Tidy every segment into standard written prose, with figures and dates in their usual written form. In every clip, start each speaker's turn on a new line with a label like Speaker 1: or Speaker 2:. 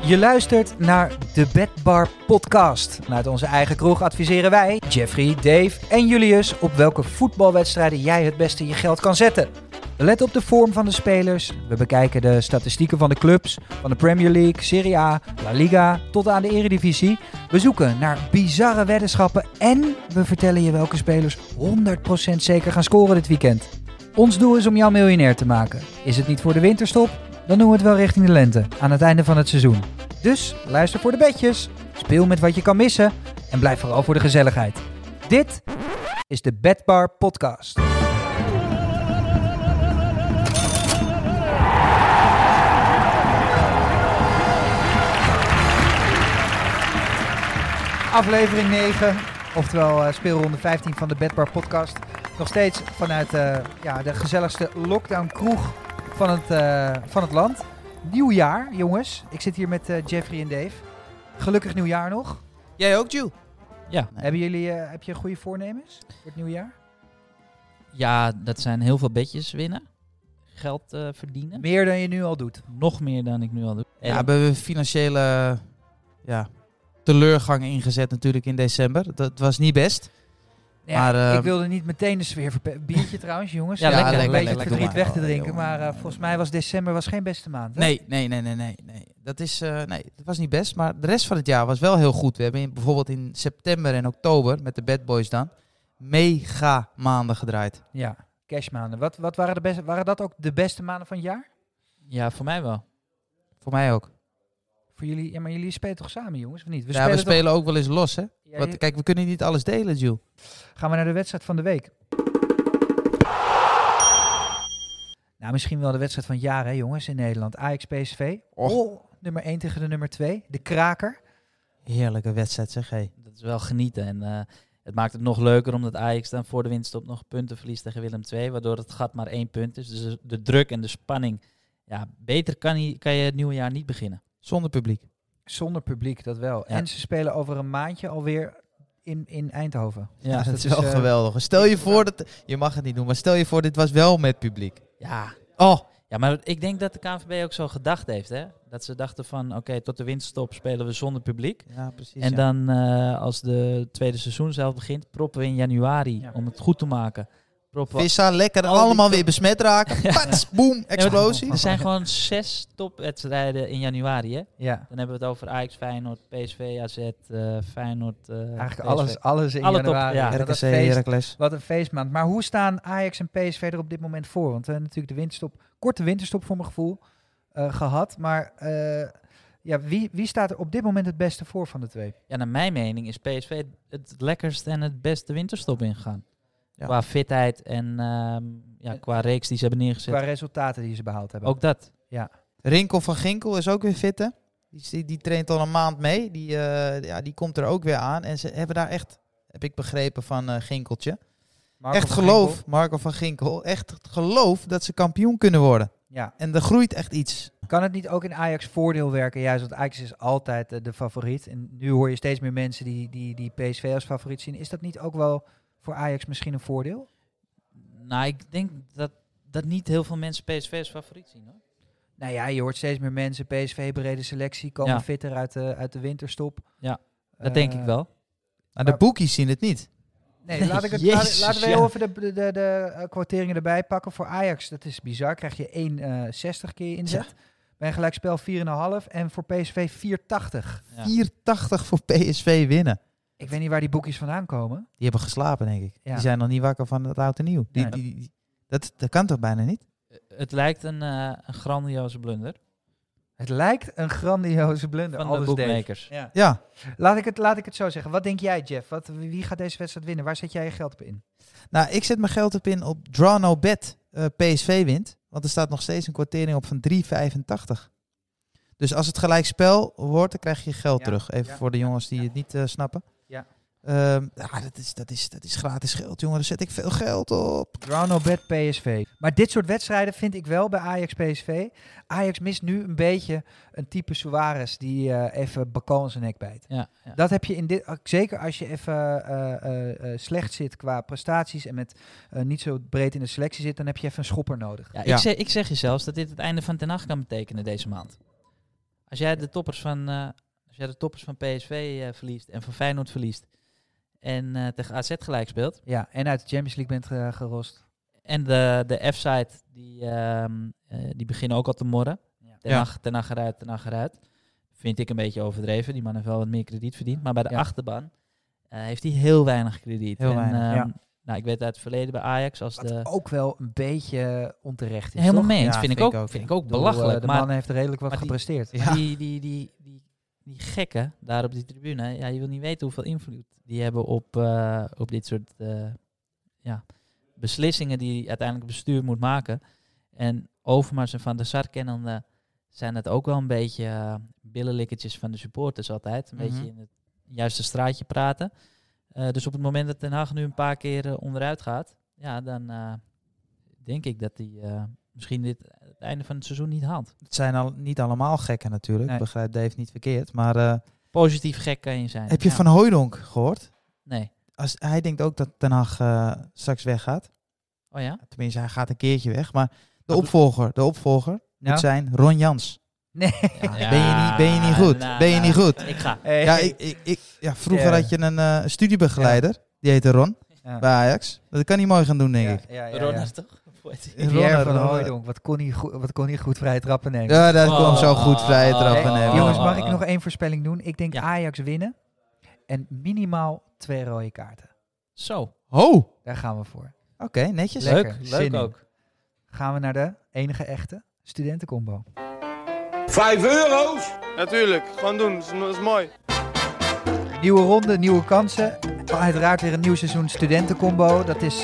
Speaker 1: Je luistert naar de Betbar Podcast. Vanuit onze eigen kroeg adviseren wij, Jeffrey, Dave en Julius, op welke voetbalwedstrijden jij het beste je geld kan zetten. We letten op de vorm van de spelers, we bekijken de statistieken van de clubs, van de Premier League, Serie A, La Liga tot aan de Eredivisie. We zoeken naar bizarre weddenschappen en we vertellen je welke spelers 100% zeker gaan scoren dit weekend. Ons doel is om jou miljonair te maken. Is het niet voor de winterstop? Dan doen we het wel richting de lente, aan het einde van het seizoen. Dus luister voor de betjes, speel met wat je kan missen en blijf vooral voor de gezelligheid. Dit is de Betbar Podcast. Aflevering 9, oftewel speelronde 15 van de Betbar Podcast. Nog steeds vanuit de gezelligste lockdown kroeg van het land. Nieuwjaar, jongens. Ik zit hier met Jeffrey en Dave. Gelukkig nieuwjaar nog.
Speaker 2: Jij ook, Jules?
Speaker 3: Ja.
Speaker 1: Heb je goede voornemens voor het nieuwjaar?
Speaker 3: Ja, dat zijn heel veel bedjes winnen. Geld verdienen.
Speaker 1: Meer dan je nu al doet.
Speaker 3: Nog meer dan ik nu al doe.
Speaker 2: Ja, we hebben financiële teleurgang ingezet natuurlijk in december. Dat was niet best.
Speaker 1: Ja,
Speaker 2: maar,
Speaker 1: ik wilde niet meteen de sfeer verpesten. Biertje trouwens, jongens.
Speaker 3: Ja, lekker,
Speaker 1: een beetje
Speaker 3: lekker,
Speaker 1: het verdriet
Speaker 2: doe maar.
Speaker 1: weg te drinken.
Speaker 2: Joh.
Speaker 1: Maar volgens mij was december geen beste maand. Hè?
Speaker 2: Nee. Dat was niet best. Maar de rest van het jaar was wel heel goed. We hebben bijvoorbeeld in september en oktober met de Bad Boys dan mega maanden gedraaid.
Speaker 1: Ja, cashmaanden. Wat waren de beste? Waren dat ook de beste maanden van het jaar?
Speaker 3: Ja, voor mij wel.
Speaker 2: Voor mij ook.
Speaker 1: Voor jullie? Ja, maar jullie spelen toch samen, jongens? Of niet?
Speaker 2: We spelen ook wel eens los, hè?
Speaker 1: Ja,
Speaker 2: Want, kijk, we kunnen niet alles delen, Jules.
Speaker 1: Gaan we naar de wedstrijd van de week. Nou, misschien wel de wedstrijd van het jaar, hè, jongens, in Nederland. Ajax-PSV. Oh, nummer 1 tegen de nummer 2. De kraker.
Speaker 2: Heerlijke wedstrijd, zeg hé.
Speaker 3: Dat is wel genieten. En het maakt het nog leuker omdat Ajax dan voor de winststop nog punten verliest tegen Willem II. Waardoor het gat maar 1 punt is. Dus de druk en de spanning. Ja, beter kan je het nieuwe jaar niet beginnen.
Speaker 2: Zonder publiek.
Speaker 1: Zonder publiek, dat wel.
Speaker 3: Ja.
Speaker 1: En ze spelen over een maandje alweer in Eindhoven.
Speaker 3: Ja,
Speaker 2: dat
Speaker 1: dat
Speaker 2: is wel
Speaker 1: is,
Speaker 2: geweldig. Stel je voor dat... Je mag het niet doen, maar stel je voor dit was wel met publiek.
Speaker 3: ja.
Speaker 2: Oh,
Speaker 3: Ja, maar ik denk dat de KNVB ook zo gedacht heeft, hè. Dat ze dachten van, oké, tot de winterstop spelen we zonder publiek.
Speaker 2: ja, precies.
Speaker 3: En dan als de tweede seizoen zelf begint, proppen we in januari om het goed te maken.
Speaker 2: Vissa, lekker,
Speaker 3: al die
Speaker 2: allemaal
Speaker 3: top-
Speaker 2: weer besmet raken. Pats, boom, explosie.
Speaker 3: Er zijn gewoon 6 topwedstrijden in januari, hè.
Speaker 1: Ja,
Speaker 3: Dan hebben we het over Ajax, Feyenoord, PSV, AZ, Feyenoord.
Speaker 1: eigenlijk
Speaker 3: PSV.
Speaker 1: alles in
Speaker 3: Alle top,
Speaker 1: januari.
Speaker 3: ja.
Speaker 1: Dat
Speaker 2: RKC,
Speaker 1: is feest.
Speaker 2: Heracles.
Speaker 1: Wat een feestmaand. Maar hoe staan Ajax en PSV er op dit moment voor? Want we hebben natuurlijk de winterstop, korte winterstop voor mijn gevoel, gehad. Maar wie staat er op dit moment het beste voor van de twee?
Speaker 3: Ja, naar mijn mening is PSV het lekkerst en het beste winterstop ingegaan.
Speaker 2: Ja.
Speaker 3: Qua fitheid en qua reeks die ze hebben neergezet.
Speaker 1: Qua resultaten die ze behaald hebben.
Speaker 3: Ook dat.
Speaker 2: Rinkel van Ginkel is ook weer fit, hè? Die traint al een maand mee. Die komt er ook weer aan. En ze hebben daar echt, heb ik begrepen van Ginkeltje,
Speaker 1: Marco
Speaker 2: echt
Speaker 1: van
Speaker 2: geloof,
Speaker 1: Ginkel.
Speaker 2: Marco van Ginkel, echt geloof dat ze kampioen kunnen worden.
Speaker 1: Ja.
Speaker 2: En er groeit echt iets.
Speaker 1: Kan het niet ook in Ajax voordeel werken? Juist, want Ajax is altijd de favoriet. En nu hoor je steeds meer mensen die PSV als favoriet zien. Is dat niet ook wel voor Ajax misschien een voordeel?
Speaker 3: Nou, ik denk dat niet heel veel mensen PSV als favoriet zien, hoor.
Speaker 1: Nou ja, je hoort steeds meer mensen. PSV brede selectie, komen
Speaker 3: Ja.
Speaker 1: fitter uit de winterstop.
Speaker 3: Dat denk ik wel.
Speaker 2: Maar de boekies zien het niet.
Speaker 1: Nee, laten we
Speaker 3: Jezus,
Speaker 1: heel even de quoteringen erbij pakken. Voor Ajax, dat is bizar, krijg je 1,60 keer inzet. Bij een gelijkspel 4,5 en voor PSV 4,80.
Speaker 3: Ja.
Speaker 2: 4,80 voor PSV winnen.
Speaker 1: Ik weet niet waar die boekjes vandaan komen.
Speaker 2: Die hebben geslapen, denk ik.
Speaker 1: Ja.
Speaker 2: Die zijn nog niet wakker van het oud en nieuw. Dat kan toch bijna niet?
Speaker 3: Het lijkt een grandioze blunder
Speaker 1: Het lijkt een grandioze blunder.
Speaker 3: van de
Speaker 1: Aldus Dave.
Speaker 3: bookmakers.
Speaker 1: Ja.
Speaker 2: Ja.
Speaker 1: Laat ik het zo zeggen. Wat denk jij, Jeff? Wie gaat deze wedstrijd winnen? Waar zet jij je geld op in?
Speaker 2: Nou, ik zet mijn geld op in op Draw No Bet. PSV wint. Want er staat nog steeds een kwartering op van 3,85. Dus als het gelijk spel wordt, dan krijg je geld
Speaker 1: Ja,
Speaker 2: terug. Even
Speaker 1: ja,
Speaker 2: voor de jongens die
Speaker 1: ja.
Speaker 2: het niet snappen.
Speaker 1: Ja.
Speaker 2: Dat is gratis geld, jongen. Daar zet ik veel geld op.
Speaker 1: Draw No Bet PSV. Maar dit soort wedstrijden vind ik wel bij Ajax PSV. Ajax mist nu een beetje een type Suarez die even Bakal in zijn nek bijt.
Speaker 3: Ja.
Speaker 1: Dat heb je in dit, zeker als je even slecht zit qua prestaties en met niet zo breed in de selectie zit, dan heb je even een schopper nodig.
Speaker 3: Ja,
Speaker 2: Ja.
Speaker 3: Ik zeg je zelfs dat dit het einde van Ten Hag kan betekenen deze maand. Als jij de toppers van PSV verliest en van Feyenoord verliest en tegen AZ gelijk speelt.
Speaker 1: Ja, en uit de Champions League bent gerost.
Speaker 3: En de F-side, die beginnen ook al te morren.
Speaker 1: Ja.
Speaker 3: Ten achteruit. Vind ik een beetje overdreven. Die man heeft wel wat meer krediet verdiend. Maar bij de achterban heeft hij heel weinig krediet.
Speaker 2: Heel weinig,
Speaker 3: Nou, ik weet uit het verleden bij Ajax als
Speaker 1: Wat ook wel een beetje onterecht is.
Speaker 3: helemaal
Speaker 1: toch?
Speaker 3: mee eens.
Speaker 2: Ja,
Speaker 3: Vind ik ook
Speaker 1: Ik bedoel,
Speaker 3: belachelijk.
Speaker 1: de
Speaker 3: maar
Speaker 1: man heeft redelijk wat
Speaker 3: maar
Speaker 1: gepresteerd.
Speaker 2: Ja.
Speaker 3: die gekken daar op die tribune, ja, je wil niet weten hoeveel invloed die hebben op dit soort beslissingen die uiteindelijk het bestuur moet maken. En Overmars en Van der Sar kennende zijn het ook wel een beetje billenlikkertjes van de supporters altijd. Een beetje in het juiste straatje praten. Dus op het moment dat Ten Hag nu een paar keer onderuit gaat, ja, dan denk ik dat hij misschien het einde van het seizoen niet haalt.
Speaker 2: Het zijn al niet allemaal gekken natuurlijk.
Speaker 1: Nee.
Speaker 2: Begrijp Dave niet verkeerd. Maar
Speaker 3: Positief gek kan je zijn.
Speaker 2: heb je
Speaker 3: Ja.
Speaker 2: Van Hooijdonk gehoord?
Speaker 3: Nee.
Speaker 2: Hij denkt ook dat Ten Hag straks weggaat.
Speaker 3: Oh ja?
Speaker 2: Tenminste, hij gaat een keertje weg. Maar de
Speaker 3: Wat
Speaker 2: opvolger
Speaker 1: Ja?
Speaker 2: moet zijn Ron Jans.
Speaker 1: Nee.
Speaker 2: Ja, ben je niet goed? Ben je niet goed?
Speaker 3: Ik ga.
Speaker 1: Hey.
Speaker 2: Ja, vroeger
Speaker 1: Ja.
Speaker 2: had je een studiebegeleider. Die heette Ron.
Speaker 1: Ja.
Speaker 2: Bij Ajax. Dat kan hij mooi gaan doen, denk ik.
Speaker 3: Ronald toch?
Speaker 1: Pierre van
Speaker 2: Ron-
Speaker 1: Hooijdonk, wat kon hij goed vrije trappen nemen.
Speaker 2: Ja, dat
Speaker 3: Oh.
Speaker 2: kwam zo goed vrije trappen
Speaker 1: Hey,
Speaker 2: nemen.
Speaker 1: jongens, mag ik nog één voorspelling doen? Ik denk
Speaker 3: Ja.
Speaker 1: Ajax winnen en minimaal 2 rode kaarten.
Speaker 3: Zo.
Speaker 2: Oh,
Speaker 1: Daar gaan we voor.
Speaker 2: oké, netjes.
Speaker 1: Lekker.
Speaker 3: Leuk
Speaker 1: Zin in.
Speaker 3: ook.
Speaker 1: Gaan we naar de enige echte studentencombo.
Speaker 4: €5? Natuurlijk, gewoon doen, dat is mooi.
Speaker 1: Nieuwe ronde, nieuwe kansen. Uiteraard weer een nieuw seizoen studentencombo. Dat is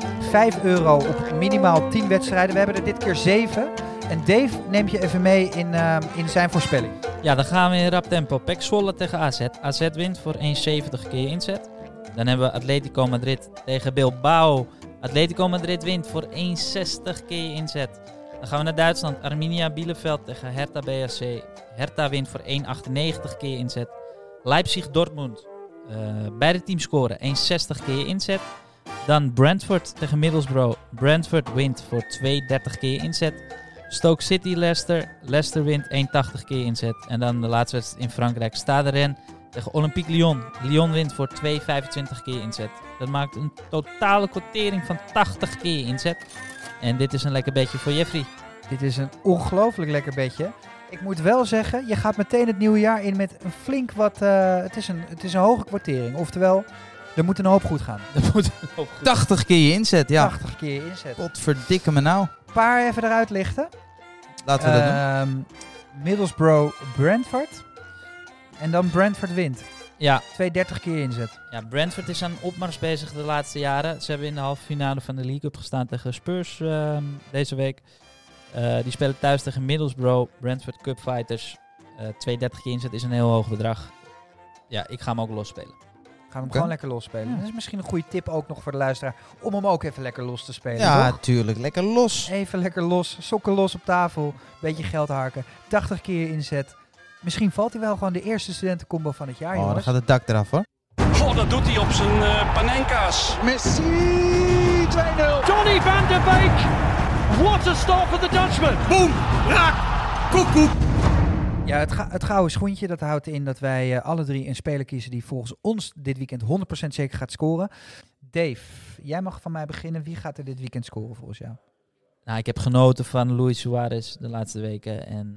Speaker 1: €5 op minimaal 10 wedstrijden. We hebben er dit keer 7. En Dave neemt je even mee in zijn voorspelling.
Speaker 3: Ja, dan gaan we in rap tempo. PEC Zwolle tegen AZ. AZ wint voor 1,70 keer inzet. Dan hebben we Atletico Madrid tegen Bilbao. Atletico Madrid wint voor 1,60 keer inzet. Dan gaan we naar Duitsland. Arminia Bielefeld tegen Hertha BSC. Hertha wint voor 1,98 keer inzet. Leipzig Dortmund. Beide teams scoren 1,60 keer inzet. Dan Brentford tegen Middlesbrough. Brentford wint voor 2,30 keer inzet. Stoke City Leicester. Leicester wint 1,80 keer inzet. En dan de laatste wedstrijd in Frankrijk. Stade Rennes tegen Olympique Lyon. Lyon wint voor 2,25 keer inzet. Dat maakt een totale quotering van 80 keer inzet. En dit is een lekker beetje voor Jeffrey.
Speaker 1: Dit is een ongelooflijk lekker bedje. Ik moet wel zeggen, je gaat meteen het nieuwe jaar in met een flink wat... het is een hoge kwartering. Oftewel, er moet een hoop goed gaan.
Speaker 3: Dat moet ook goed.
Speaker 2: 80 keer je inzet, ja.
Speaker 1: 80 keer inzet.
Speaker 2: Potverdikke me nou.
Speaker 1: Een paar even eruit lichten.
Speaker 2: Laten we dat doen.
Speaker 1: Middlesbrough Brentford. En dan Brentford wint.
Speaker 3: Ja,
Speaker 1: 2,30 keer inzet.
Speaker 3: ja, Brentford is aan opmars bezig de laatste jaren. Ze hebben in de halve finale van de League Cup gestaan tegen Spurs deze week. Die spelen thuis tegen Middlesbrough, Brentford Cup Fighters. 2,30 keer inzet is een heel hoog bedrag. Ja, ik ga hem ook losspelen.
Speaker 1: Gaan hem
Speaker 2: Oké.
Speaker 1: gewoon lekker losspelen.
Speaker 3: Ja.
Speaker 1: Dat is misschien een goede tip ook nog voor de luisteraar. Om hem ook even lekker los te spelen.
Speaker 2: Ja,
Speaker 1: toch?
Speaker 2: tuurlijk. Lekker los.
Speaker 1: Even lekker los. Sokken los op tafel. Beetje geld harken. 80 keer inzet. Misschien valt hij wel gewoon de eerste studentencombo van het jaar,
Speaker 2: Oh, dan
Speaker 1: jongens.
Speaker 2: gaat het dak eraf, hoor.
Speaker 4: Goh, dat doet hij op zijn panenka's.
Speaker 5: Messi 2-0. Johnny van der Beek. What a start for the Dutchman. Boom. Raak. Koek.
Speaker 1: Ja, het gouden schoentje, dat houdt in dat wij alle drie een speler kiezen die volgens ons dit weekend 100% zeker gaat scoren. Dave, jij mag van mij beginnen. Wie gaat er dit weekend scoren volgens jou?
Speaker 3: Nou, ik heb genoten van Luis Suarez de laatste weken. En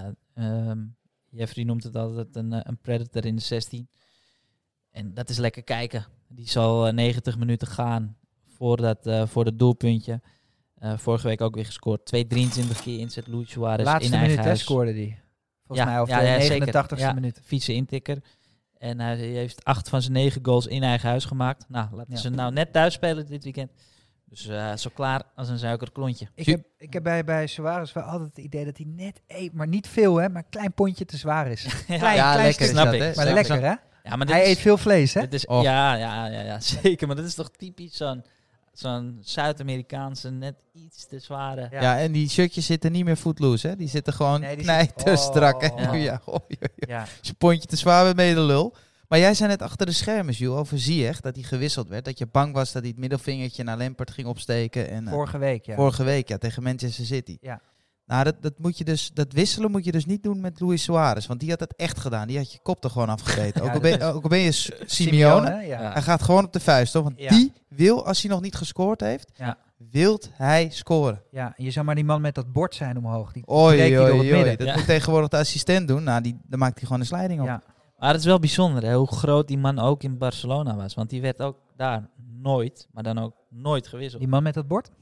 Speaker 3: Jeffrey noemt het altijd een predator in de 16. En dat is lekker kijken. Die zal 90 minuten gaan voor het doelpuntje. Vorige week ook weer gescoord. 2,23 keer inzet Luis Suarez
Speaker 1: Laatste
Speaker 3: in eigen
Speaker 1: minuut hè,
Speaker 3: huis.
Speaker 1: scoorde die. Volgens
Speaker 3: Ja,
Speaker 1: mij, of
Speaker 3: ja,
Speaker 1: de
Speaker 3: ja,
Speaker 1: 89ste
Speaker 3: zeker. Ja.
Speaker 1: minuut.
Speaker 3: Fietsen intikker. En hij heeft 8 van zijn 9 goals in eigen huis gemaakt. Nou, laten ze nou net thuis spelen dit weekend. Dus zo klaar als een suikerklontje.
Speaker 1: Ik heb bij Suarez wel altijd het idee dat hij net eet, maar niet veel hè, maar een klein pondje te zwaar is. Klein
Speaker 2: lekker
Speaker 1: stukje.
Speaker 2: is
Speaker 3: snap
Speaker 2: dat,
Speaker 3: ik.
Speaker 2: hè?
Speaker 1: Maar
Speaker 3: Snap ik.
Speaker 1: lekker hè?
Speaker 3: Ja, maar dit
Speaker 1: Hij
Speaker 3: is-
Speaker 1: eet veel vlees hè?
Speaker 3: dit is,
Speaker 2: Och.
Speaker 3: ja, zeker. Maar dat is toch typisch zo'n Zuid-Amerikaanse, net iets te zware.
Speaker 1: Ja.
Speaker 2: Ja, en die shirtjes zitten niet meer footloose, hè. Die zitten gewoon
Speaker 1: Nee, die
Speaker 2: knijterstrak.
Speaker 1: zitten-
Speaker 2: Hè.
Speaker 1: oh.
Speaker 2: Ja,
Speaker 1: Ja.
Speaker 2: Als je pontje te zwaar bent, ben je de lul. Maar jij zei net achter de schermen, Jules, over Ziyech, dat hij gewisseld werd. Dat je bang was dat hij het middelvingertje naar Lampard ging opsteken. En,
Speaker 1: Vorige week ja.
Speaker 2: vorige week, ja, tegen Manchester City.
Speaker 1: Ja.
Speaker 2: Nou, dat wisselen moet je dus niet doen met Luis Suarez. Want die had het echt gedaan. Die had je kop er gewoon afgebeten.
Speaker 1: Ja,
Speaker 2: ook al ben je Simeone.
Speaker 1: ja.
Speaker 2: Hij gaat gewoon op de vuist. Hoor, want die wil, als hij nog niet gescoord heeft, wilt hij scoren.
Speaker 1: Ja, je zou maar die man met dat bord zijn omhoog. Die
Speaker 2: Oei,
Speaker 1: breekt hij door het midden.
Speaker 2: Dat moet tegenwoordig de assistent doen. Nou, dan maakt hij gewoon een slijding op.
Speaker 1: Ja.
Speaker 3: Maar het is wel bijzonder hè, hoe groot die man ook in Barcelona was. Want die werd ook daar nooit, maar dan ook nooit gewisseld.
Speaker 1: Die man met dat bord?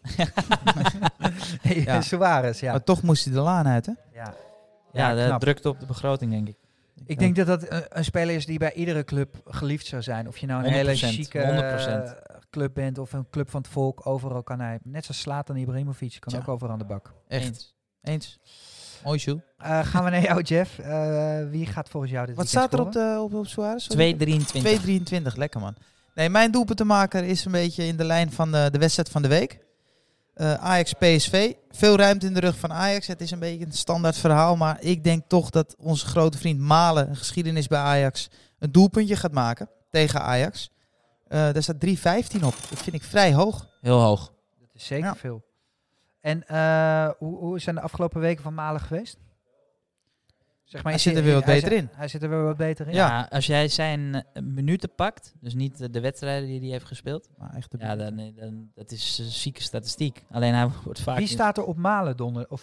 Speaker 2: Ja.
Speaker 1: Suarez, ja.
Speaker 2: Maar toch moest hij de laan uit, hè?
Speaker 3: Ja, dat
Speaker 1: knap.
Speaker 3: drukte op de begroting, denk ik.
Speaker 1: Ik denk dat dat een speler is die bij iedere club geliefd zou zijn. Of je nou een hele
Speaker 3: 100%,
Speaker 1: chique club bent of een club van het volk. Overal kan hij, net zoals Zlatan Ibrahimovic, kan
Speaker 2: Ja.
Speaker 1: ook overal aan de bak.
Speaker 2: Echt. Eens. Mooi, Sjoel.
Speaker 1: Gaan we naar jou, Jeff. Wie gaat volgens jou dit
Speaker 2: Wat
Speaker 1: weekend
Speaker 2: staat er
Speaker 1: scoren?
Speaker 2: op Suarez?
Speaker 3: 2,23.
Speaker 2: 2,23. Lekker, man. Nee, mijn doelpuntenmaker is een beetje in de lijn van de wedstrijd van de week. Ajax-PSV. Veel ruimte in de rug van Ajax. Het is een beetje een standaard verhaal. Maar ik denk toch dat onze grote vriend Malen, een geschiedenis bij Ajax, een doelpuntje gaat maken tegen Ajax. Daar staat 3,15 op. Dat vind ik vrij hoog.
Speaker 3: Heel hoog.
Speaker 1: Dat is zeker
Speaker 2: Ja.
Speaker 1: veel. En hoe zijn de afgelopen weken van Malen geweest? Zeg maar,
Speaker 2: Hij zit er weer wat beter in.
Speaker 1: Hij zit er weer wat beter in.
Speaker 3: Ja, als jij zijn minuten pakt, dus niet de wedstrijden die hij heeft gespeeld,
Speaker 2: Maar echt
Speaker 3: dan dat is een zieke statistiek. Alleen hij wordt vaak...
Speaker 1: Wie staat er op Malen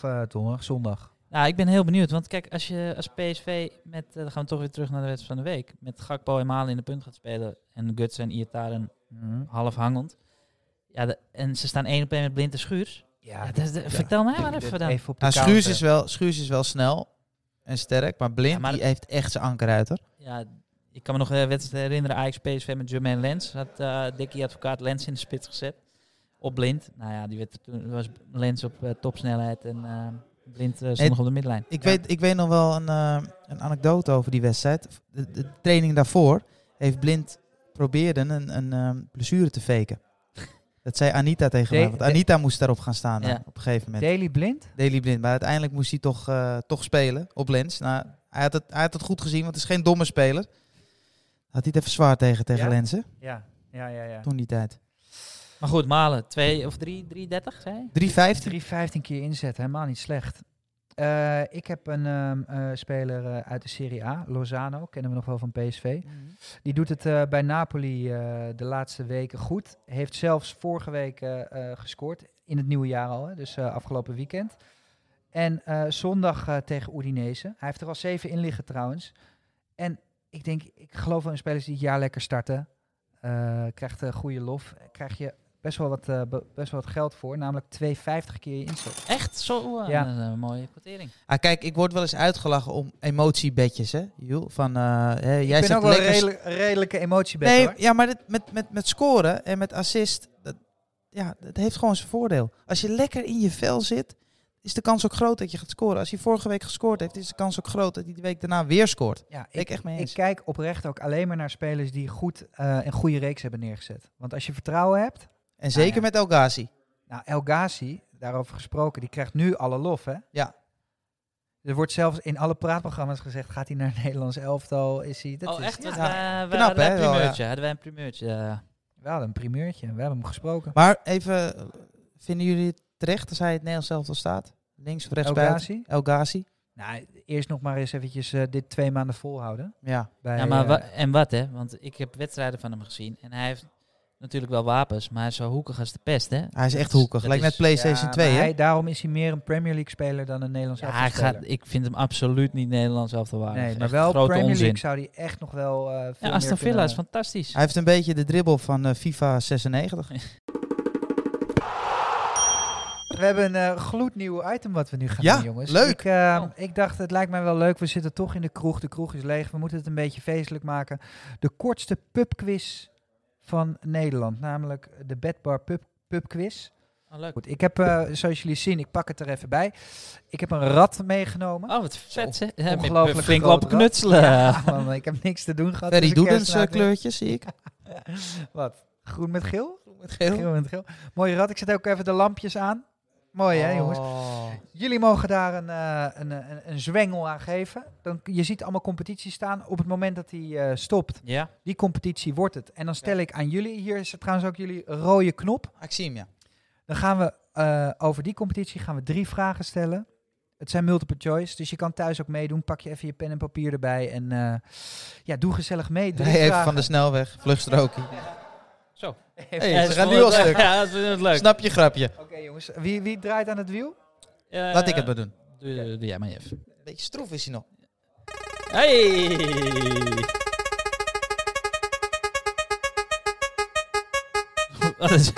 Speaker 1: zondag?
Speaker 3: Nou, ik ben heel benieuwd, want kijk, als PSV met, dan gaan we toch weer terug naar de wedstrijd van de week, met Gakpo en Malen in de punt gaat spelen en Guts en Iataren half hangend. Ja, en ze staan 1-op-1 met Blind en Schuurs. Vertel mij maar even dan.
Speaker 1: Even op de
Speaker 2: Nou,
Speaker 1: counter.
Speaker 2: Schuurs is wel snel en sterk, maar Blind
Speaker 3: Ja, maar
Speaker 2: die heeft echt zijn anker uit, hoor.
Speaker 3: Ja, ik kan me nog wedstrijd herinneren, Ajax-PSV met Jermaine Lens. Had Dickie Advocaat Lens in de spits gezet. Op Blind. Nou ja, die toen was Lens op topsnelheid en Blind stond nog op de middenlijn.
Speaker 2: Ik weet nog wel een anekdote over die wedstrijd. De training daarvoor heeft Blind probeerde een blessure te faken. Dat zei Anita tegen mij, want Anita moest daarop gaan staan op een gegeven moment. Daley Blind, maar uiteindelijk moest hij toch spelen op Lens. Nou, hij had het goed gezien, want het is geen domme speler. Had hij het even zwaar tegen Lensen.
Speaker 1: Ja.
Speaker 2: Toen die tijd.
Speaker 3: Maar goed, Malen, 2 of 3,30 zei je?
Speaker 2: 3,15.
Speaker 1: 3,15 keer inzet, helemaal niet slecht. Ik heb een speler uit de Serie A, Lozano, kennen we nog wel van PSV. Die doet het bij Napoli de laatste weken goed. Heeft zelfs vorige week gescoord, in het nieuwe jaar al, dus afgelopen weekend. En zondag tegen Udinese. Hij heeft er al 7 in liggen trouwens. En ik geloof wel in spelers die het jaar lekker starten. Krijgt goede lof. Krijg je best wel wat geld voor. Namelijk 2,50 keer je inzet.
Speaker 3: Echt? Zo een mooie kwartering.
Speaker 2: Ah, kijk, ik word wel eens uitgelachen om emotiebedjes, hè, Jules? Van, jij
Speaker 1: ik ben
Speaker 2: zegt
Speaker 1: ook wel
Speaker 2: lekker
Speaker 1: een redelijke emotiebed,
Speaker 2: Nee,
Speaker 1: hoor.
Speaker 2: ja, maar met scoren en met assist, dat heeft gewoon zijn voordeel. Als je lekker in je vel zit, is de kans ook groot dat je gaat scoren. Als hij vorige week gescoord heeft, is de kans ook groot dat hij de week daarna weer scoort.
Speaker 1: Ja,
Speaker 2: ik
Speaker 1: kijk oprecht ook alleen maar naar spelers die een goede reeks hebben neergezet. Want als je vertrouwen hebt...
Speaker 2: En zeker met El Ghazi.
Speaker 1: Nou, El Ghazi, daarover gesproken, die krijgt nu alle lof, hè?
Speaker 2: Ja.
Speaker 1: Er wordt zelfs in alle praatprogramma's gezegd, gaat hij naar het Nederlands elftal? Is hij... Dat is,
Speaker 3: Echt?
Speaker 1: Ja,
Speaker 2: knap, hè?
Speaker 3: Hadden wij een primeurtje.
Speaker 1: we hadden een primeurtje, we hebben hem gesproken.
Speaker 2: Maar even, vinden jullie het terecht als hij het Nederlands elftal staat? Links of rechts buiten? El Ghazi?
Speaker 1: Nou, eerst nog maar eens eventjes dit 2 maanden volhouden.
Speaker 2: Ja.
Speaker 1: Bij,
Speaker 3: Ja, maar en wat hè? Want ik heb wedstrijden van hem gezien en hij heeft natuurlijk wel wapens, maar hij is zo hoekig als de pest, hè?
Speaker 2: Hij is echt hoekig. Lijkt net PlayStation 2, hè?
Speaker 1: Daarom is hij meer een Premier League speler dan een Nederlands elftal
Speaker 3: Ja,
Speaker 1: speler.
Speaker 3: ik vind hem absoluut niet Nederlands elftal waardig.
Speaker 1: Nee, maar
Speaker 3: Echt
Speaker 1: wel
Speaker 3: grote
Speaker 1: Premier
Speaker 3: onzin.
Speaker 1: League zou hij echt nog wel veel
Speaker 3: Ja, Aston
Speaker 1: meer
Speaker 3: Villa
Speaker 1: kunnen...
Speaker 3: is fantastisch.
Speaker 2: Hij heeft een beetje de dribbel van FIFA 96.
Speaker 1: We hebben een gloednieuw item wat we nu gaan
Speaker 2: Ja,
Speaker 1: doen, jongens.
Speaker 2: leuk.
Speaker 1: Ik dacht, het lijkt mij wel leuk. We zitten toch in de kroeg. De kroeg is leeg. We moeten het een beetje feestelijk maken. De kortste pubquiz van Nederland. Namelijk de Bedbar Pubquiz.
Speaker 3: Oh, leuk.
Speaker 1: Goed, ik heb, zoals jullie zien, ik pak het er even bij. Ik heb een rat meegenomen.
Speaker 3: Oh, wat vet, zeg.
Speaker 1: Ongelooflijk
Speaker 3: Flink
Speaker 1: grote
Speaker 3: lopen
Speaker 1: rat.
Speaker 3: knutselen.
Speaker 1: Ja, man, ik heb niks te doen gehad.
Speaker 2: Ferry
Speaker 1: tussen
Speaker 2: Doedens
Speaker 1: kerst en
Speaker 2: kleurtjes, zie ik.
Speaker 1: Wat? Groen met geel?
Speaker 2: Met geel.
Speaker 1: Geel met geel. Mooie rat. Ik zet ook even de lampjes aan. Mooi, hè, jongens?
Speaker 2: Oh.
Speaker 1: Jullie mogen daar een zwengel aan geven. Je ziet allemaal competities staan. Op het moment dat die stopt,
Speaker 3: Ja.
Speaker 1: die competitie wordt het. En dan stel ik aan jullie, hier is trouwens ook jullie rode knop.
Speaker 2: Ik zie hem, ja.
Speaker 1: Dan gaan we over die competitie 3 vragen stellen. Het zijn multiple choice, dus je kan thuis ook meedoen. Pak je even je pen en papier erbij en doe gezellig mee.
Speaker 2: Rij even van de snelweg, vluchtstrookje.
Speaker 3: Zo.
Speaker 2: Hey, ze gaan nu al stuk.
Speaker 3: Ja, dat is leuk.
Speaker 2: Snap je grapje?
Speaker 1: Oké, jongens, wie draait aan het wiel?
Speaker 2: Laat ik het maar doen.
Speaker 3: Doe jij maar even.
Speaker 2: Beetje stroef is hij nog.
Speaker 3: Hey! Wat is...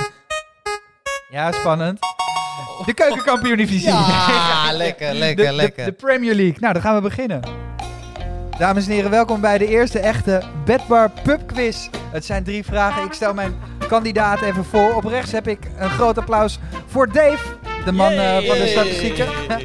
Speaker 1: Ja, spannend. De keukenkampioen-divisie.
Speaker 2: Ja, lekker.
Speaker 1: De Premier League. Nou, dan gaan we beginnen. Dames en heren, welkom bij de eerste echte Betbar Pub Quiz. Het zijn 3 vragen. Ik stel mijn kandidaat even voor. Op rechts heb ik een groot applaus voor Dave, de man van de statistieken.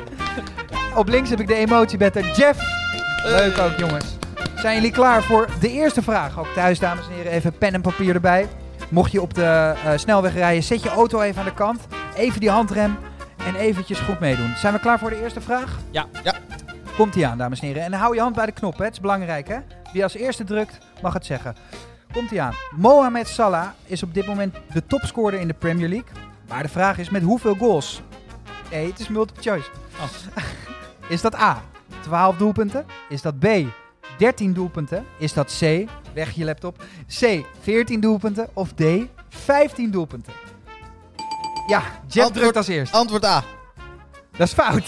Speaker 1: Op links heb ik de emotiebetter Jeff. Leuk ook, jongens. Zijn jullie klaar voor de eerste vraag? Ook thuis, dames en heren, even pen en papier erbij. Mocht je op de snelweg rijden, zet je auto even aan de kant. Even die handrem en eventjes goed meedoen. Zijn we klaar voor de eerste vraag?
Speaker 3: Ja.
Speaker 1: Komt-ie aan, dames en heren. En hou je hand bij de knop, hè. Het is belangrijk, hè. Wie als eerste drukt, mag het zeggen. Komt-ie aan. Mohamed Salah is op dit moment de topscorer in de Premier League. Maar de vraag is met hoeveel goals? Nee, het is multiple choice.
Speaker 3: Oh.
Speaker 1: Is dat A, 12 doelpunten? Is dat B, 13 doelpunten? Is dat C, weg je laptop, C, 14 doelpunten? Of D, 15 doelpunten? Ja, Jeff drukt als eerst.
Speaker 2: Antwoord A.
Speaker 1: Dat is fout.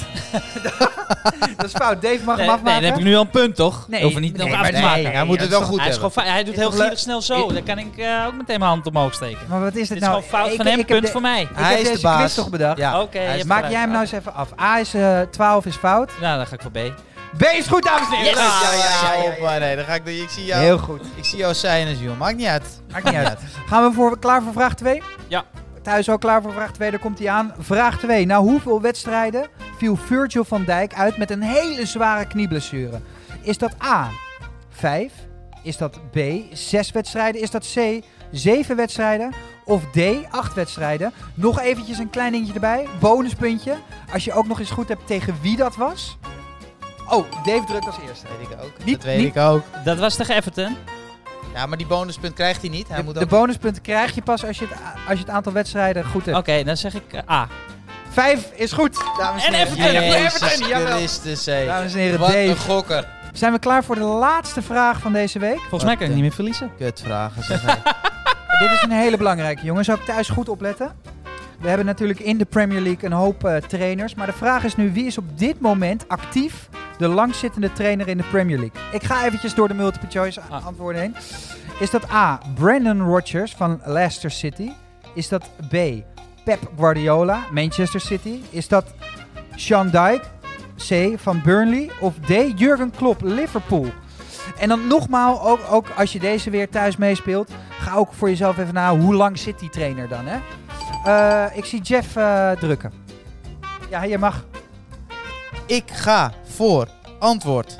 Speaker 1: Dat is fout. Dave mag hem afmaken.
Speaker 3: Nee, dan heb ik nu al een punt, toch?
Speaker 1: Nee,
Speaker 3: Hoef er niet nog af te
Speaker 1: maar
Speaker 3: maken.
Speaker 1: nee,
Speaker 2: Hij moet het wel goed
Speaker 3: Hij, is
Speaker 2: hebben.
Speaker 3: gewoon hij doet
Speaker 1: Is
Speaker 3: heel
Speaker 1: toch leuk?
Speaker 3: gierig snel zo. Dan kan ik ook meteen mijn hand omhoog steken.
Speaker 1: Maar wat is dit
Speaker 3: Dit is
Speaker 1: nou?
Speaker 3: gewoon fout
Speaker 1: Ik-
Speaker 3: van hem,
Speaker 1: ik heb
Speaker 3: punt voor mij.
Speaker 1: Ik
Speaker 2: Hij
Speaker 1: heb
Speaker 2: is de
Speaker 1: deze
Speaker 2: baas.
Speaker 1: quiz toch bedacht?
Speaker 2: Ja.
Speaker 3: Oké,
Speaker 2: Hij is-
Speaker 1: Maak jij hem nou eens even af. A is 12 is fout.
Speaker 3: Nou, dan ga ik voor B.
Speaker 1: B is goed, dames en heren.
Speaker 2: Ja. Maar nee, dan ga ik doen. Ik zie jou.
Speaker 1: Heel goed.
Speaker 2: Ik zie jou zijn, Jules. Maakt niet uit.
Speaker 1: Maakt niet uit. Gaan we klaar voor vraag 2?
Speaker 3: Ja.
Speaker 1: Thuis ook klaar voor vraag 2, daar komt hij aan. Vraag 2. Na hoeveel wedstrijden viel Virgil van Dijk uit met een hele zware knieblessure? Is dat A, 5? Is dat B, 6 wedstrijden? Is dat C, 7 wedstrijden? Of D, 8 wedstrijden? Nog eventjes een klein dingetje erbij. Bonuspuntje. Als je ook nog eens goed hebt tegen wie dat was. Oh, Dave drukt als eerste.
Speaker 2: Weet ik ook.
Speaker 1: Niet-
Speaker 2: Dat weet
Speaker 1: niet-
Speaker 2: ik ook.
Speaker 3: Dat was tegen Everton.
Speaker 2: Ja, maar die bonuspunt krijgt hij niet. Hij moet
Speaker 1: De
Speaker 2: ook...
Speaker 1: bonuspunten krijg je pas als je het aantal wedstrijden goed hebt.
Speaker 3: Oké, dan zeg ik A.
Speaker 1: 5 is goed, dames en
Speaker 3: En
Speaker 1: heren.
Speaker 3: Everton.
Speaker 1: Ja,
Speaker 2: Jezus
Speaker 1: Everton, jawel.
Speaker 2: Christus, hé.
Speaker 1: Dames en heren,
Speaker 2: Wat een
Speaker 1: Dave.
Speaker 2: gokker.
Speaker 1: Zijn we klaar voor de laatste vraag van deze week?
Speaker 3: Volgens mij kan ik niet meer verliezen.
Speaker 2: Kutvragen, zeg hij.
Speaker 1: Dit is een hele belangrijke, jongens. Ook thuis goed opletten. We hebben natuurlijk in de Premier League een hoop trainers. Maar de vraag is nu, wie is op dit moment actief de langzittende trainer in de Premier League? Ik ga eventjes door de multiple choice antwoorden heen. Is dat A, Brendan Rodgers van Leicester City? Is dat B, Pep Guardiola, Manchester City? Is dat Sean Dyche, C, van Burnley? Of D, Jurgen Klopp, Liverpool? En dan nogmaals, ook als je deze weer thuis meespeelt, ga ook voor jezelf even na, hoe lang zit die trainer dan, hè? Ik zie Jeff drukken. Ja, je mag.
Speaker 2: Ik ga voor antwoord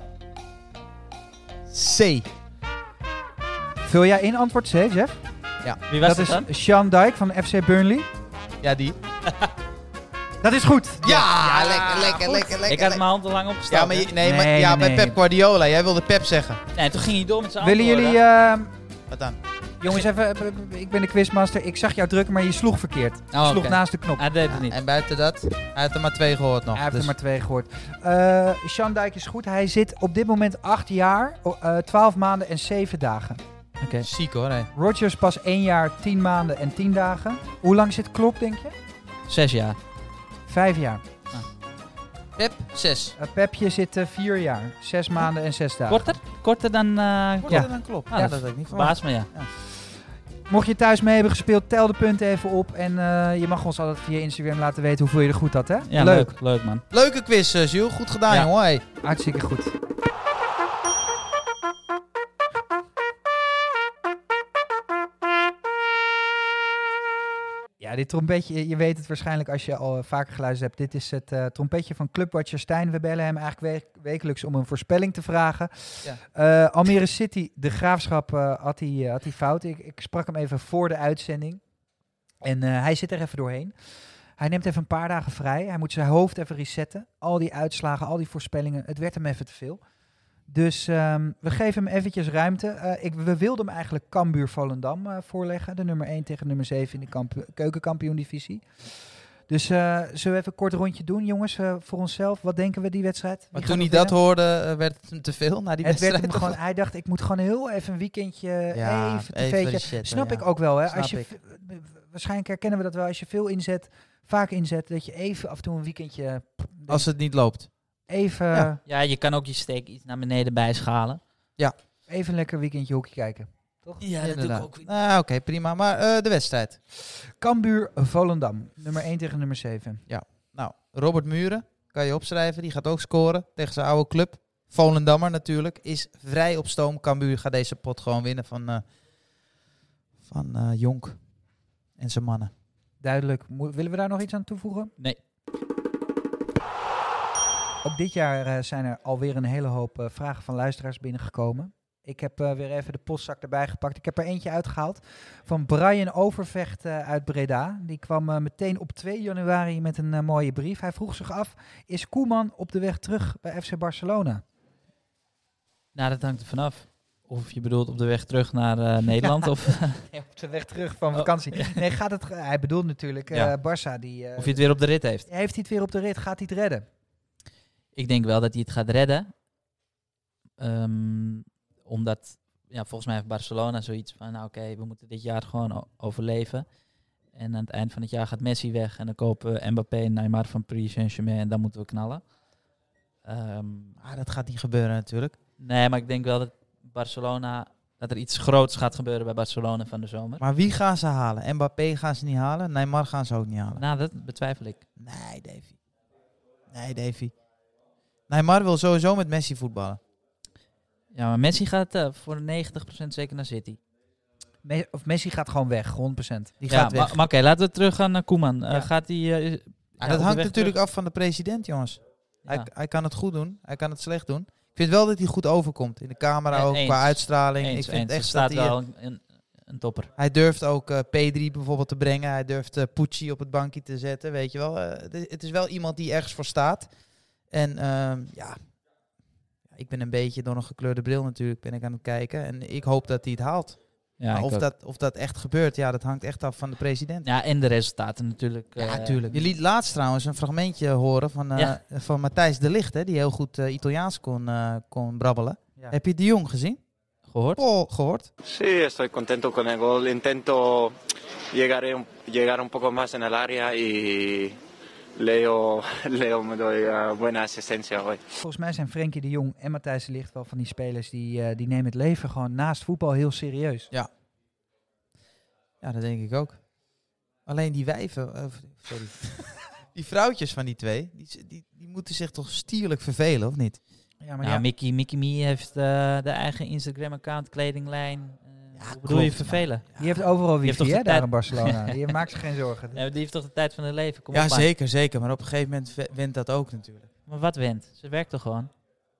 Speaker 2: C.
Speaker 1: Vul jij in antwoord C, Jeff?
Speaker 3: Wie was
Speaker 1: dat
Speaker 3: het
Speaker 1: is
Speaker 3: dan?
Speaker 1: Sean Dyche van FC Burnley.
Speaker 2: Ja, die.
Speaker 1: Dat is goed.
Speaker 2: Ja,
Speaker 1: goed.
Speaker 2: lekker.
Speaker 3: Ik had mijn hand al lang opgesteld.
Speaker 2: Ja, maar,
Speaker 1: Nee,
Speaker 2: bij
Speaker 1: nee.
Speaker 2: Pep Guardiola. Jij wilde Pep zeggen.
Speaker 3: Nee, toen ging hij door met zijn
Speaker 1: Willen
Speaker 3: antwoorden.
Speaker 1: jullie...
Speaker 2: Wat dan?
Speaker 1: jongens, even... ik ben de quizmaster. Ik zag jou drukken, maar je sloeg verkeerd. Je
Speaker 3: Oh,
Speaker 1: sloeg
Speaker 3: oké.
Speaker 1: naast de knop.
Speaker 3: Hij deed het niet.
Speaker 2: En buiten dat, hij had er maar 2 gehoord nog.
Speaker 1: Hij heeft
Speaker 2: dus
Speaker 1: er maar 2 gehoord. Sean Dyche is goed. Hij zit op dit moment 8 jaar, 12 maanden en 7 dagen.
Speaker 3: Oké.
Speaker 2: ziek hoor. Hè.
Speaker 1: Rodgers pas 1 jaar, 10 maanden en 10 dagen. Hoe lang zit Klopp, denk je?
Speaker 3: 6 jaar.
Speaker 1: 5 jaar.
Speaker 2: Pep 6.
Speaker 1: Pepje zit 4 jaar, 6 maanden en 6 dagen.
Speaker 3: Korter? Korter dan...
Speaker 1: Ja.
Speaker 2: dan klopt.
Speaker 3: Ah,
Speaker 2: Ja,
Speaker 3: dat
Speaker 2: dat had ik niet verwacht.
Speaker 3: Verbaast me, ja.
Speaker 1: Mocht je thuis mee hebben gespeeld, tel de punten even op. En je mag ons altijd via Instagram laten weten hoeveel je er goed had, hè?
Speaker 3: Ja, leuk. Leuk, man.
Speaker 2: Leuke quiz, Jules. Goed gedaan,
Speaker 3: Ja.
Speaker 2: jongen. Hey.
Speaker 1: Hartstikke goed. Ja, dit trompetje, je weet het waarschijnlijk als je al vaker geluisterd hebt. Dit is het trompetje van Clubwatcher Stijn. We bellen hem eigenlijk wekelijks om een voorspelling te vragen.
Speaker 2: Ja.
Speaker 1: Almere City, de Graafschap, had hij fout. Ik sprak hem even voor de uitzending. En hij zit er even doorheen. Hij neemt even een paar dagen vrij. Hij moet zijn hoofd even resetten. Al die uitslagen, al die voorspellingen. Het werd hem even te veel. Dus we geven hem eventjes ruimte. We wilden hem eigenlijk Cambuur Volendam voorleggen. De nummer 1 tegen nummer 7 in de keukenkampioen-divisie. Dus zullen we even een kort rondje doen, jongens, voor onszelf. Wat denken we die wedstrijd?
Speaker 2: Maar
Speaker 1: Wie
Speaker 2: toen
Speaker 1: gaat
Speaker 2: hij
Speaker 1: er
Speaker 2: dat
Speaker 1: winnen?
Speaker 2: hoorde, werd het hem te veel na die
Speaker 1: Het werd
Speaker 2: wedstrijd.
Speaker 1: hem gewoon, hij dacht, ik moet gewoon heel even een weekendje
Speaker 2: Ja,
Speaker 1: even
Speaker 2: even
Speaker 1: tv'tje.
Speaker 2: resetten,
Speaker 1: Snap
Speaker 2: ja.
Speaker 1: ik ook wel, hè?
Speaker 2: Snap
Speaker 1: Als je
Speaker 2: ik.
Speaker 1: waarschijnlijk herkennen we dat wel. Als je veel inzet, vaak inzet, dat je even af en toe een weekendje
Speaker 2: Als het niet loopt.
Speaker 1: even,
Speaker 2: Ja.
Speaker 3: Ja, je kan ook je steek iets naar beneden bijschalen.
Speaker 1: even een lekker weekendje hockey kijken.
Speaker 3: Ja,
Speaker 2: Inderdaad. Oké, prima. Maar de wedstrijd.
Speaker 1: Cambuur Volendam, nummer 1 tegen nummer 7.
Speaker 2: Nou, Robert Muren, kan je opschrijven. Die gaat ook scoren tegen zijn oude club. Volendammer natuurlijk. Is vrij op stoom. Cambuur gaat deze pot gewoon winnen van Jonk en zijn mannen.
Speaker 1: Duidelijk. Willen we daar nog iets aan toevoegen?
Speaker 3: Nee.
Speaker 1: Ook dit jaar zijn er alweer een hele hoop vragen van luisteraars binnengekomen. Ik heb weer even de postzak erbij gepakt. Ik heb er eentje uitgehaald van Brian Overvecht uit Breda. Die kwam meteen op 2 januari met een mooie brief. Hij vroeg zich af, is Koeman op de weg terug bij FC Barcelona?
Speaker 3: Nou, dat hangt er vanaf. Of je bedoelt op de weg terug naar Nederland. Of
Speaker 1: Op de weg terug van vakantie. Nee, hij bedoelt natuurlijk
Speaker 3: Ja.
Speaker 1: Barça. Die,
Speaker 3: of je het weer op de rit heeft.
Speaker 1: heeft hij het weer op de rit? Gaat hij het redden?
Speaker 3: Ik denk wel dat hij het gaat redden. Omdat, ja, volgens mij heeft Barcelona zoiets van, nou oké, we moeten dit jaar gewoon overleven. En aan het eind van het jaar gaat Messi weg. En dan kopen we Mbappé en Neymar van Paris Saint-Germain. En dan moeten we knallen.
Speaker 2: Dat gaat niet gebeuren natuurlijk.
Speaker 3: Nee, maar ik denk wel dat Barcelona, dat er iets groots gaat gebeuren bij Barcelona van de zomer.
Speaker 2: Maar wie gaan ze halen? Mbappé gaan ze niet halen. Neymar gaan ze ook niet halen.
Speaker 3: Nou, dat betwijfel ik.
Speaker 2: Nee, Davy. Neymar wil sowieso met Messi voetballen.
Speaker 3: Ja, maar Messi gaat voor 90% zeker naar City.
Speaker 1: Messi gaat gewoon weg, 100%.
Speaker 2: Die
Speaker 3: Ja,
Speaker 2: gaat weg.
Speaker 3: maar oké, laten we terug gaan naar Koeman.
Speaker 1: Ja.
Speaker 3: Gaat hij...
Speaker 2: Dat hangt natuurlijk af van de president, jongens. Hij kan het goed doen. Hij kan het slecht doen. Ik vind wel dat hij goed overkomt. In de camera ook,
Speaker 3: Eens.
Speaker 2: qua uitstraling.
Speaker 3: Eens,
Speaker 2: ik vind
Speaker 3: eens.
Speaker 2: echt
Speaker 3: Het staat
Speaker 2: dat hij...
Speaker 3: wel een topper.
Speaker 2: Hij durft ook P3 bijvoorbeeld te brengen. Hij durft Pucci op het bankje te zetten, weet je wel. Het is wel iemand die ergens voor staat. En ik ben een beetje door een gekleurde bril natuurlijk ben ik aan het kijken. En ik hoop dat hij het haalt.
Speaker 3: Ja,
Speaker 2: Maar of dat echt gebeurt, ja, dat hangt echt af van de president.
Speaker 3: ja, en de resultaten natuurlijk.
Speaker 2: Ja, natuurlijk. Je liet laatst trouwens een fragmentje horen van Matthijs de Ligt, hè, die heel goed Italiaans kon brabbelen.
Speaker 1: Ja.
Speaker 2: Heb je de Jong gezien?
Speaker 3: Gehoord?
Speaker 2: Gehoord?
Speaker 6: Sí, estoy contento con el gol. Intento llegar un poco más en el área y Leo me doy buena asistencia hoy.
Speaker 1: Volgens mij zijn Frenkie de Jong en Matthijs de Ligt wel van die spelers die nemen het leven gewoon naast voetbal heel serieus.
Speaker 2: Ja, dat denk ik ook. Alleen die wijven, sorry, die vrouwtjes van die twee, die moeten zich toch stierlijk vervelen, of niet?
Speaker 1: Ja, maar
Speaker 3: Nou, Mickey Mee heeft de eigen Instagram-account, kledinglijn. Hoe bedoel je
Speaker 2: klopt,
Speaker 3: vervelen?
Speaker 1: die heeft overal
Speaker 3: heeft
Speaker 1: wifi,
Speaker 3: toch
Speaker 1: hè,
Speaker 3: de
Speaker 1: daar
Speaker 3: tijd-
Speaker 1: in Barcelona. Die maakt zich geen zorgen.
Speaker 3: Ja, die heeft toch de tijd van haar leven? Kom
Speaker 2: Ja,
Speaker 3: op, man.
Speaker 2: zeker. Maar op een gegeven moment went dat ook natuurlijk.
Speaker 3: Maar wat went? Ze werkt toch gewoon?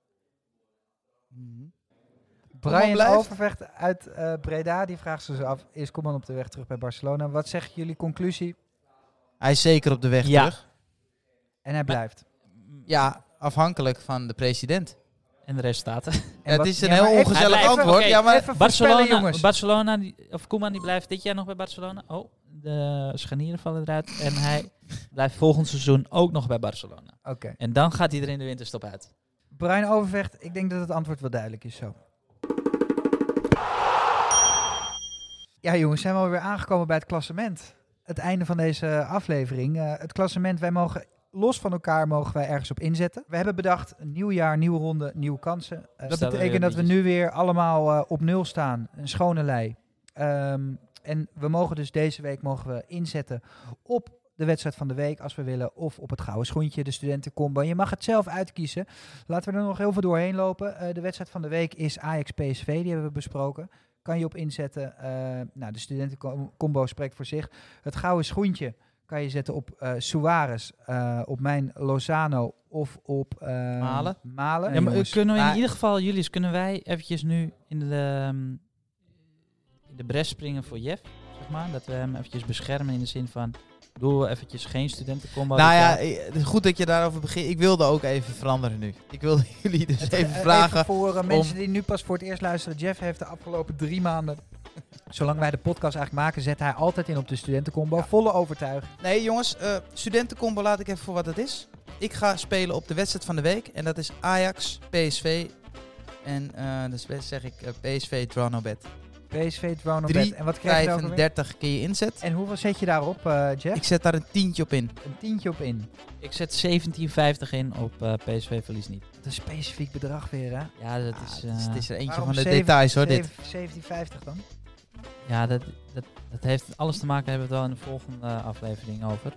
Speaker 1: Brian
Speaker 2: blijft.
Speaker 1: Overvecht uit Breda, die vraagt zich af, is Koeman op de weg terug bij Barcelona? Wat zegt jullie conclusie?
Speaker 2: Hij is zeker op de weg
Speaker 3: Ja.
Speaker 2: terug.
Speaker 1: En hij blijft.
Speaker 2: Ja, afhankelijk van de president.
Speaker 3: En de resultaten.
Speaker 1: En
Speaker 2: Het
Speaker 1: wat-
Speaker 2: is een
Speaker 1: ja, maar
Speaker 2: heel
Speaker 1: even-
Speaker 2: ongezellig
Speaker 3: Hij blijft.
Speaker 2: antwoord.
Speaker 3: Oké,
Speaker 2: Ja, maar
Speaker 1: even voorspellen, jongens.
Speaker 3: Barcelona, of Koeman die blijft dit jaar nog bij Barcelona. Oh, de scharnieren vallen eruit. En hij blijft volgend seizoen ook nog bij Barcelona.
Speaker 1: Oké.
Speaker 3: En dan gaat hij er in de winterstop uit.
Speaker 1: Brian Overvecht, ik denk dat het antwoord wel duidelijk is zo. Ja jongens, zijn we alweer aangekomen bij het klassement. Het einde van deze aflevering. Het klassement, wij mogen los van elkaar mogen wij ergens op inzetten. We hebben bedacht, een nieuw jaar, nieuwe ronde, nieuwe kansen. Dat
Speaker 3: Stellen we
Speaker 1: betekent
Speaker 3: weer
Speaker 1: dat we
Speaker 3: liedjes.
Speaker 1: nu weer allemaal op 0 staan. Een schone lei. En we mogen dus deze week mogen we inzetten op de wedstrijd van de week als we willen. Of op het gouden schoentje, de studentencombo. Je mag het zelf uitkiezen. Laten we er nog heel veel doorheen lopen. De wedstrijd van de week is Ajax-PSV, die hebben we besproken. Kan je op inzetten. De studentencombo spreekt voor zich. Het gouden schoentje kan je zetten op Suarez, op mijn Lozano of op
Speaker 2: Malen.
Speaker 1: Malen.
Speaker 3: Ja, maar
Speaker 1: Jongens,
Speaker 3: kunnen we in
Speaker 2: maar-
Speaker 3: ieder geval, Julius, kunnen wij eventjes nu in de bres springen voor Jeff, zeg maar? Dat we hem eventjes beschermen in de zin van, doe eventjes geen studentencombo.
Speaker 2: Nou
Speaker 3: dit
Speaker 2: ja,
Speaker 3: jaar.
Speaker 2: het is goed dat je daarover begint. Ik wilde ook even veranderen nu. Ik wilde jullie dus
Speaker 1: Het-
Speaker 2: even vragen.
Speaker 1: Even voor mensen die nu pas voor het eerst luisteren. Jeff heeft de afgelopen 3 maanden Zolang wij de podcast eigenlijk maken, zet hij altijd in op de studentencombo. Volle overtuiging.
Speaker 2: Nee jongens, studentencombo laat ik even voor wat het is. Ik ga spelen op de wedstrijd van de week. En dat is Ajax, PSV. En dus zeg ik PSV draw no bet.
Speaker 1: PSV draw no bet. En wat krijg je daar ook alweer?
Speaker 2: 35 keer je inzet.
Speaker 1: En hoeveel zet je daarop, Jeff?
Speaker 2: Ik zet daar een tientje op in.
Speaker 1: Een tientje op in.
Speaker 3: Ik zet 17,50 in op PSV verlies niet.
Speaker 1: Dat is een specifiek bedrag weer, hè?
Speaker 3: Ja, dat is...
Speaker 2: Het is er eentje
Speaker 1: Waarom
Speaker 2: van de
Speaker 1: 7
Speaker 2: details hoor, dit.
Speaker 1: 17,50 dan?
Speaker 3: Ja, dat heeft alles te maken, hebben we het wel in de volgende aflevering over.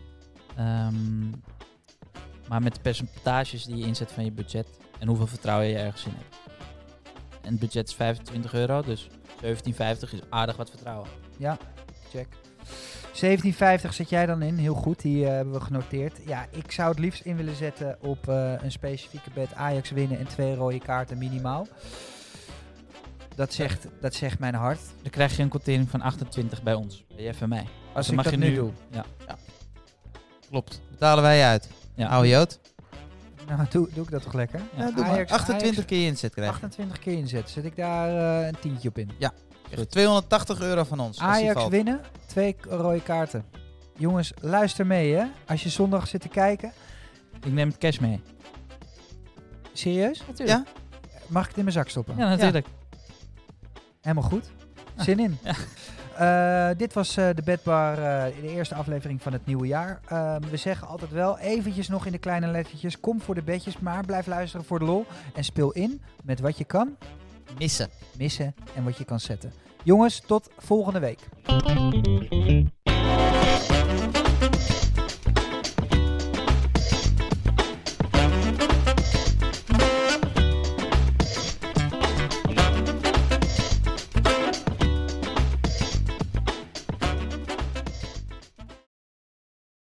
Speaker 3: Maar met de percentages die je inzet van je budget en hoeveel vertrouwen je ergens in hebt. En het budget is €25, dus 17,50 is aardig wat vertrouwen.
Speaker 1: Ja, check. 17,50 zet jij dan in, heel goed, die hebben we genoteerd. Ja, ik zou het liefst in willen zetten op een specifieke bet Ajax winnen en 2 rode kaarten minimaal. Dat zegt mijn hart.
Speaker 3: Dan krijg je een quotering van 28 bij ons, bij Jeff en mij.
Speaker 1: Als
Speaker 3: dan
Speaker 1: ik dat nu doe.
Speaker 3: Ja.
Speaker 2: Klopt. Betalen wij je uit.
Speaker 3: Ja.
Speaker 2: Oude Jood.
Speaker 1: Nou, doe ik dat toch lekker?
Speaker 2: Ja, doe maar. 28 keer je inzet krijg je.
Speaker 1: 28 keer inzet. Zet ik daar een tientje op in.
Speaker 2: Echt €280 van ons. als die
Speaker 1: Ajax
Speaker 2: valt.
Speaker 1: winnen, 2 rode kaarten. Jongens, luister mee hè. Als je zondag zit te kijken.
Speaker 3: Ik neem het cash mee.
Speaker 1: Serieus?
Speaker 2: Ja?
Speaker 1: Mag ik het in mijn zak stoppen?
Speaker 3: Ja, natuurlijk.
Speaker 1: Helemaal goed. Zin in. Dit was de Betbar, de eerste aflevering van het nieuwe jaar. We zeggen altijd wel eventjes nog in de kleine lettertjes. Kom voor de betjes, maar blijf luisteren voor de lol. En speel in met wat je kan
Speaker 2: Missen.
Speaker 1: missen en wat je kan zetten. Jongens, tot volgende week.